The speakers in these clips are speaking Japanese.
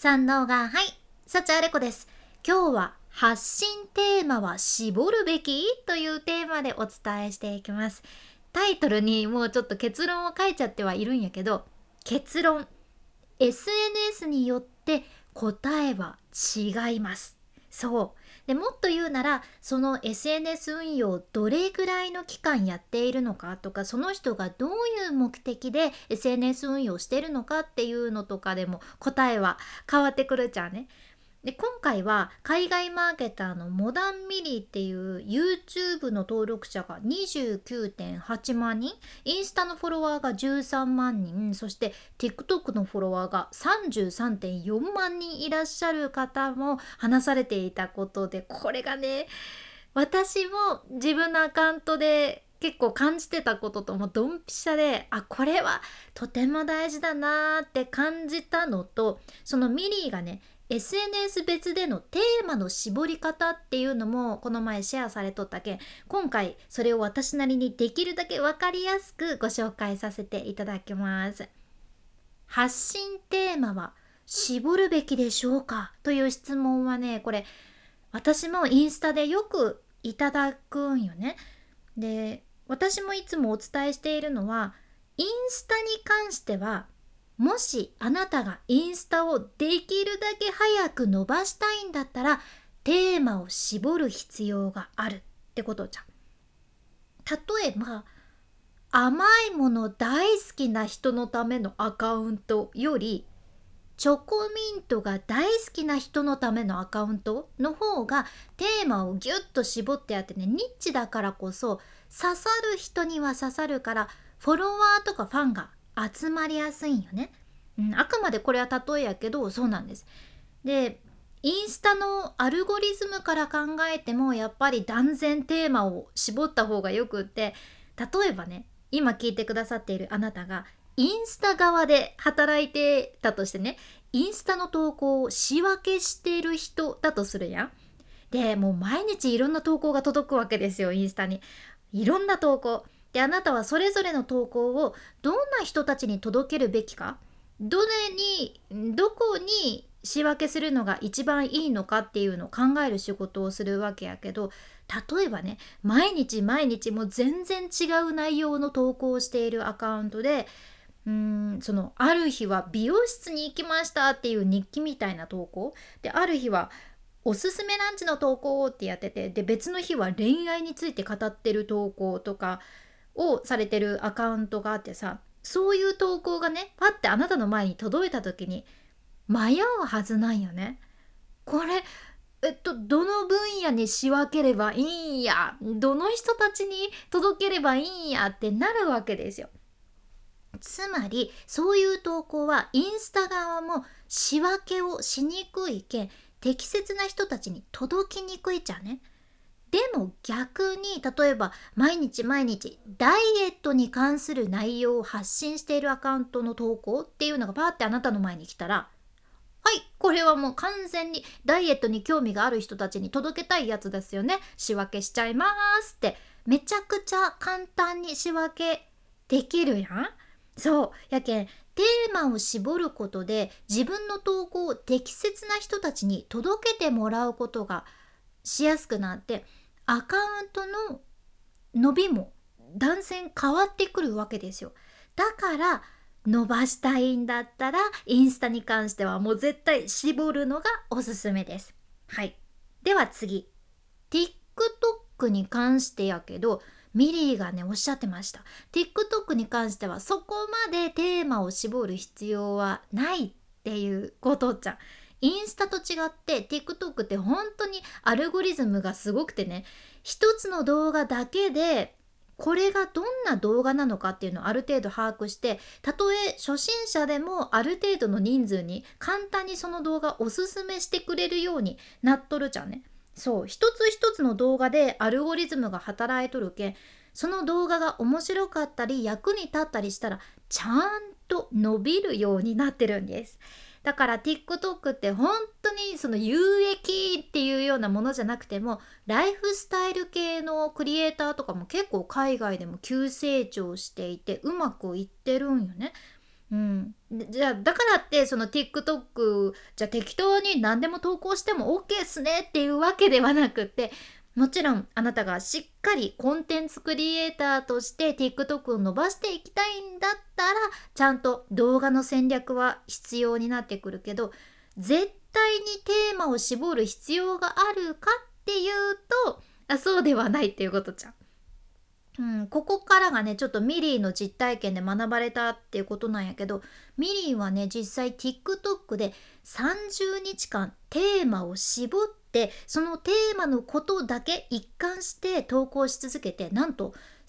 三能がはい、幸あれ子です。今日は発信テーマは絞るべきというテーマでお伝えしていきます。タイトルにもうちょっと結論を書いちゃってはいるんやけど、結論、 SNS によって答えは違います。そうで、もっと言うなら、その SNS 運用をどれぐらいの期間やっているのかとか、その人がどういう目的で SNS 運用してるのかっていうのとかでも答えは変わってくるじゃんね。で、今回は海外マーケターのモダンミリーっていう YouTube の登録者が 29.8 万人、インスタのフォロワーが13万人、そして TikTok のフォロワーが 33.4 万人いらっしゃる方も話されていたことで、これがね、私も自分のアカウントで結構感じてたことともドンピシャで、これはとても大事だなーって感じたのと、そのミリーがね、SNS 別でのテーマの絞り方っていうのもこの前シェアされとったけん、今回それを私なりにできるだけ分かりやすくご紹介させていただきます。発信テーマは絞るべきでしょうかという質問はね、これ私もインスタでよくいただくんよね。で、私もいつもお伝えしているのは、インスタに関しては、もしあなたがインスタをできるだけ早く伸ばしたいんだったら、テーマを絞る必要があるってことじゃん。例えば、甘いもの大好きな人のためのアカウントより、チョコミントが大好きな人のためのアカウントの方がテーマをギュッと絞ってあってね、ニッチだからこそ刺さる人には刺さるから、フォロワーとかファンが集まりやすいんよね。あくまでこれは例えやけどそうなんです。で、インスタのアルゴリズムから考えてもやっぱり断然テーマを絞った方がよくって、例えばね、今聞いてくださっているあなたがインスタ側で働いてたとしてね、インスタの投稿を仕分けしている人だとするやん。で、もう毎日いろんな投稿が届くわけですよ、インスタに。いろんな投稿。で、あなたはそれぞれの投稿をどんな人たちに届けるべきか、どこに仕分けするのが一番いいのかっていうのを考える仕事をするわけやけど、例えばね、毎日毎日もう全然違う内容の投稿をしているアカウントで、そのある日は美容室に行きましたっていう日記みたいな投稿で、ある日はおすすめランチの投稿ってやってて、で別の日は恋愛について語ってる投稿とかをされてるアカウントがあってさ、そういう投稿がねパッてあなたの前に届いた時に迷うはずなんよね。これどの分野に仕分ければいいんや、どの人たちに届ければいいんやってなるわけですよ。つまりそういう投稿はインスタ側も仕分けをしにくいけん、適切な人たちに届きにくいじゃんね。でも逆に、例えば毎日毎日ダイエットに関する内容を発信しているアカウントの投稿っていうのがパーってあなたの前に来たら、はい、これはもう完全にダイエットに興味がある人たちに届けたいやつですよね。仕分けしちゃいますって、めちゃくちゃ簡単に仕分けできるやん。そうやけん、テーマを絞ることで自分の投稿を適切な人たちに届けてもらうことがしやすくなって、アカウントの伸びも断然変わってくるわけですよ。だから伸ばしたいんだったらインスタに関してはもう絶対絞るのがおすすめです。はい。では次、 TikTok に関してやけど、ミリーがねおっしゃってました。 TikTok に関してはそこまでテーマを絞る必要はないっていうことじゃん。インスタと違って TikTok って本当にアルゴリズムがすごくてね、一つの動画だけでこれがどんな動画なのかっていうのをある程度把握して、たとえ初心者でもある程度の人数に簡単にその動画をおすすめしてくれるようになっとるじゃんね。そう、一つ一つの動画でアルゴリズムが働いとるけん、その動画が面白かったり役に立ったりしたらちゃんと伸びるようになってるんです。だから TikTok って本当にその有益っていうようなものじゃなくても、ライフスタイル系のクリエイターとかも結構海外でも急成長していてうまくいってるんよね。 じゃあだからってその TikTok じゃあ適当に何でも投稿しても OK っすねっていうわけではなくって、もちろんあなたがしっかりコンテンツクリエイターとして TikTok を伸ばしていきたいんだったら、ちゃんと動画の戦略は必要になってくるけど、絶対にテーマを絞る必要があるかっていうと、そうではないっていうことじゃん。ここからがねちょっとミリーの実体験で学ばれたっていうことなんやけど、ミリーはね実際 TikTok で30日間テーマを絞って、そのテーマのことだけ一貫して投稿し続けて、なんと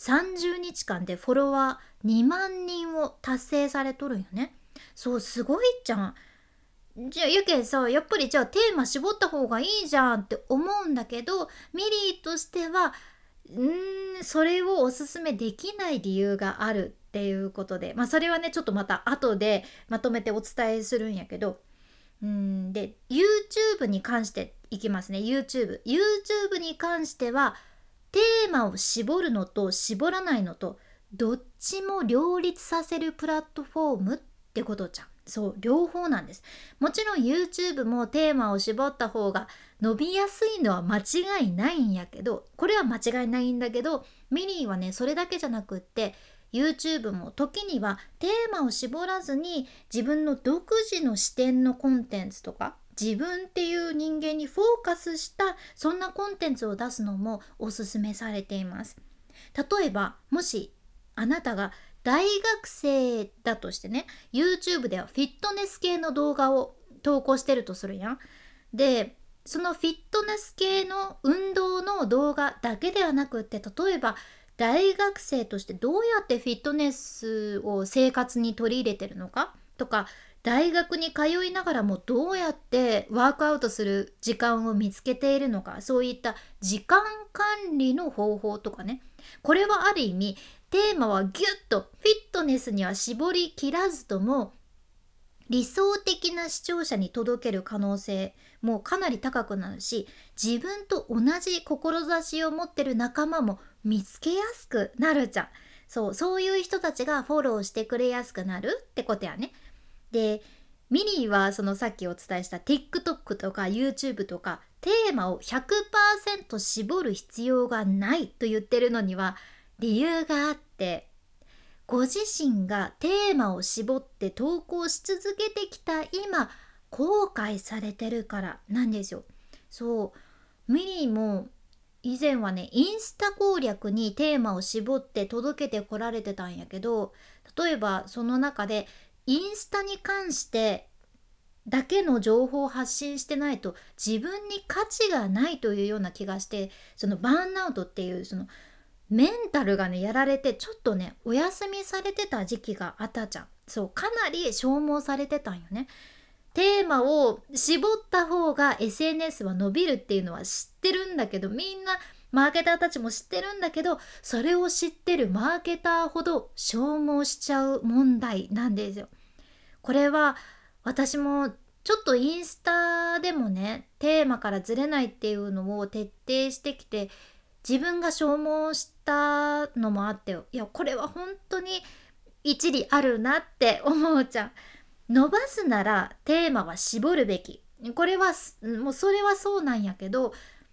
30日間でフォロワー2万人を達成されとるんよね。そう、すごいじゃん。じゃあやけんさ、やっぱりじゃあテーマ絞った方がいいじゃんって思うんだけど、ミリーとしてはそれをおすすめできない理由があるっていうことで、それはねちょっとまた後でまとめてお伝えするんやけど、で YouTube に関していきますね。 YouTube に関してはテーマを絞るのと絞らないのとどっちも両立させるプラットフォームってことじゃん。そう、両方なんです。もちろん YouTube もテーマを絞った方が伸びやすいのは間違いないんやけど、これは間違いないんだけど、ミニーはねそれだけじゃなくって YouTube も時にはテーマを絞らずに自分の独自の視点のコンテンツとか、自分っていう人間にフォーカスしたそんなコンテンツを出すのもおすすめされています。例えばもしあなたが大学生だとしてね、 YouTube ではフィットネス系の動画を投稿してるとするやん。でそのフィットネス系の運動の動画だけではなくって、例えば大学生としてどうやってフィットネスを生活に取り入れてるのかとか、大学に通いながらもどうやってワークアウトする時間を見つけているのか、そういった時間管理の方法とかね、これはある意味テーマはギュッとフィットネスには絞りきらずとも理想的な視聴者に届ける可能性もかなり高くなるし、自分と同じ志を持ってる仲間も見つけやすくなるじゃん。そういう人たちがフォローしてくれやすくなるってことやね。でミニーはそのさっきお伝えした TikTok とか YouTube とかテーマを 100% 絞る必要がないと言ってるのには理由があって、ご自身がテーマを絞って投稿し続けてきた今後悔されてるからなんですよ。そうミニーも以前はねインスタ攻略にテーマを絞って届けてこられてたんやけど、例えばその中でインスタに関してだけの情報を発信してないと自分に価値がないというような気がして、そのバーンアウトっていうそのメンタルがねやられてちょっとねお休みされてた時期があったじゃん。そう、かなり消耗されてたんよね。テーマを絞った方が SNS は伸びるっていうのは知ってるんだけど、みんなマーケターたちも知ってるんだけど、それを知ってるマーケターほど消耗しちゃう問題なんですよ。これは私もちょっとインスタでもねテーマからずれないっていうのを徹底してきて、自分が消耗したのもあって、いやこれは本当に一理あるなって思うじゃん。伸ばすならテーマは絞るべき。これはもうそれはそうなんやけど、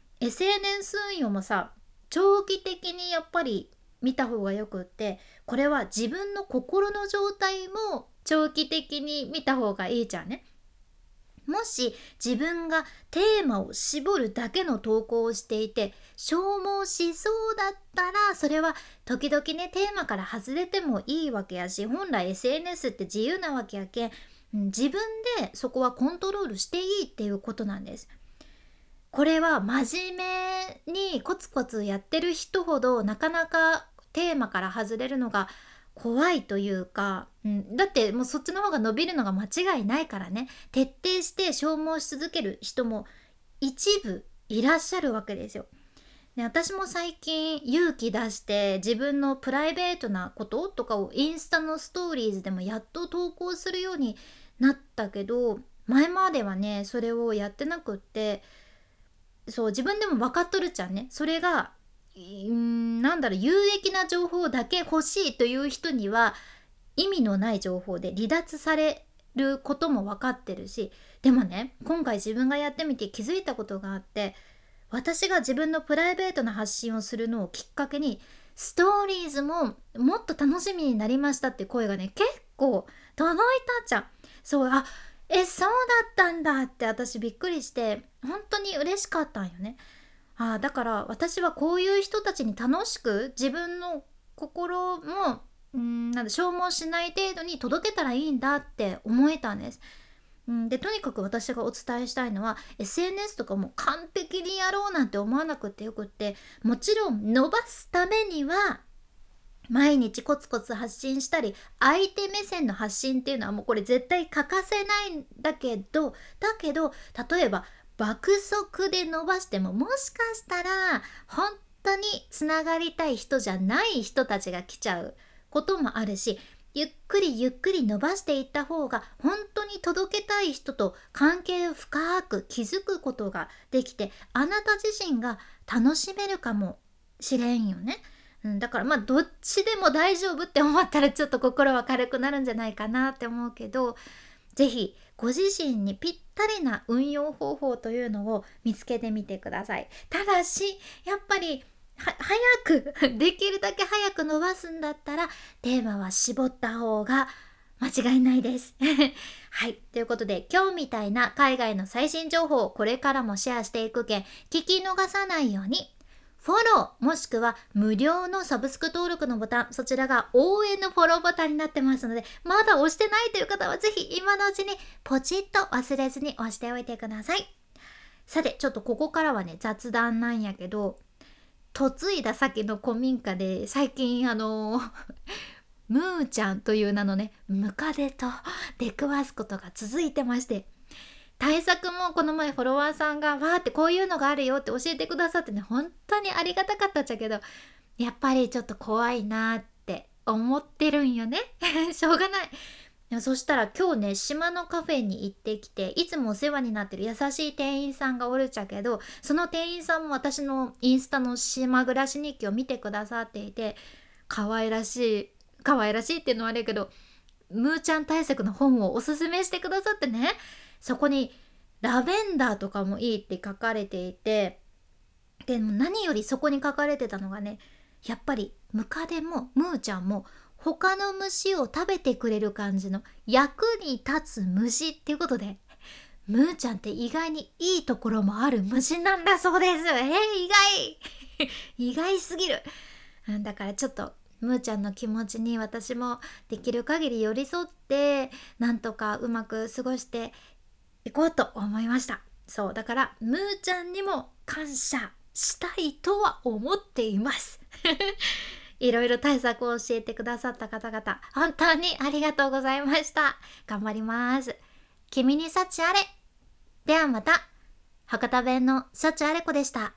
SNS 運用もさ長期的にやっぱり見た方がよくって、これは自分の心の状態も長期的に見た方がいいじゃんね。もし自分がテーマを絞るだけの投稿をしていて消耗しそうだったら、それは時々ねテーマから外れてもいいわけやし、本来 SNS って自由なわけやけん、自分でそこはコントロールしていいっていうことなんです。これは真面目にコツコツやってる人ほどなかなかテーマから外れるのが怖いというか、だってもうそっちの方が伸びるのが間違いないからね、徹底して消耗し続ける人も一部いらっしゃるわけですよ。で私も最近勇気出して自分のプライベートなこととかをインスタのストーリーズでもやっと投稿するようになったけど、前まではねそれをやってなくって、そう自分でも分かっとるじゃんね。それがなんだろう、有益な情報だけ欲しいという人には意味のない情報で離脱されることも分かってるし、でもね、今回自分がやってみて気づいたことがあって、私が自分のプライベートな発信をするのをきっかけに、ストーリーズももっと楽しみになりましたって声がね、結構届いたじゃん。そう、そうだったんだって私びっくりして、本当に嬉しかったんよね。だから私はこういう人たちに楽しく自分の心も消耗しない程度に届けたらいいんだって思えたんです。でとにかく私がお伝えしたいのは SNS とかも完璧にやろうなんて思わなくてよくって、もちろん伸ばすためには毎日コツコツ発信したり、相手目線の発信っていうのはもうこれ絶対欠かせないんだけど、例えば爆速で伸ばしても、もしかしたら本当につながりたい人じゃない人たちが来ちゃうこともあるし、ゆっくりゆっくり伸ばしていった方が本当に届けたい人と関係を深く築くことができて、あなた自身が楽しめるかもしれんよね。だからどっちでも大丈夫って思ったらちょっと心は軽くなるんじゃないかなって思うけど、ぜひご自身にぴったりな運用方法というのを見つけてみてください。ただしやっぱり早くできるだけ早く伸ばすんだったらテーマは絞った方が間違いないですはい、ということで今日みたいな海外の最新情報をこれからもシェアしていくけん、聞き逃さないようにフォローもしくは無料のサブスク登録のボタン、そちらが応援のフォローボタンになってますので、まだ押してないという方はぜひ今のうちにポチッと忘れずに押しておいてください。さてちょっとここからはね雑談なんやけど、嫁いだ先の古民家で最近ムーちゃんという名のねムカデと出くわすことが続いてまして、対策もこの前フォロワーさんがわーってこういうのがあるよって教えてくださってね、本当にありがたかったっちゃけど、やっぱりちょっと怖いなって思ってるんよねしょうがない。そしたら今日ね島のカフェに行ってきて、いつもお世話になってる優しい店員さんがおるっちゃけど、その店員さんも私のインスタの島暮らし日記を見てくださっていて、可愛らしいっていうのはあれやけど、ムーちゃん対策の本をおすすめしてくださってね、そこにラベンダーとかもいいって書かれていて、でも何よりそこに書かれてたのがね、やっぱりムカデもムーちゃんも他の虫を食べてくれる感じの役に立つ虫っていうことで、ムーちゃんって意外にいいところもある虫なんだそうです。意外意外すぎる。だからちょっとムーちゃんの気持ちに私もできる限り寄り添って、なんとかうまく過ごしていこうと思いました。そうだからムーちゃんにも感謝したいとは思っていますいろいろ対策を教えてくださった方々、本当にありがとうございました。頑張ります。君に幸あれ。ではまた。博多弁の幸あれ子でした。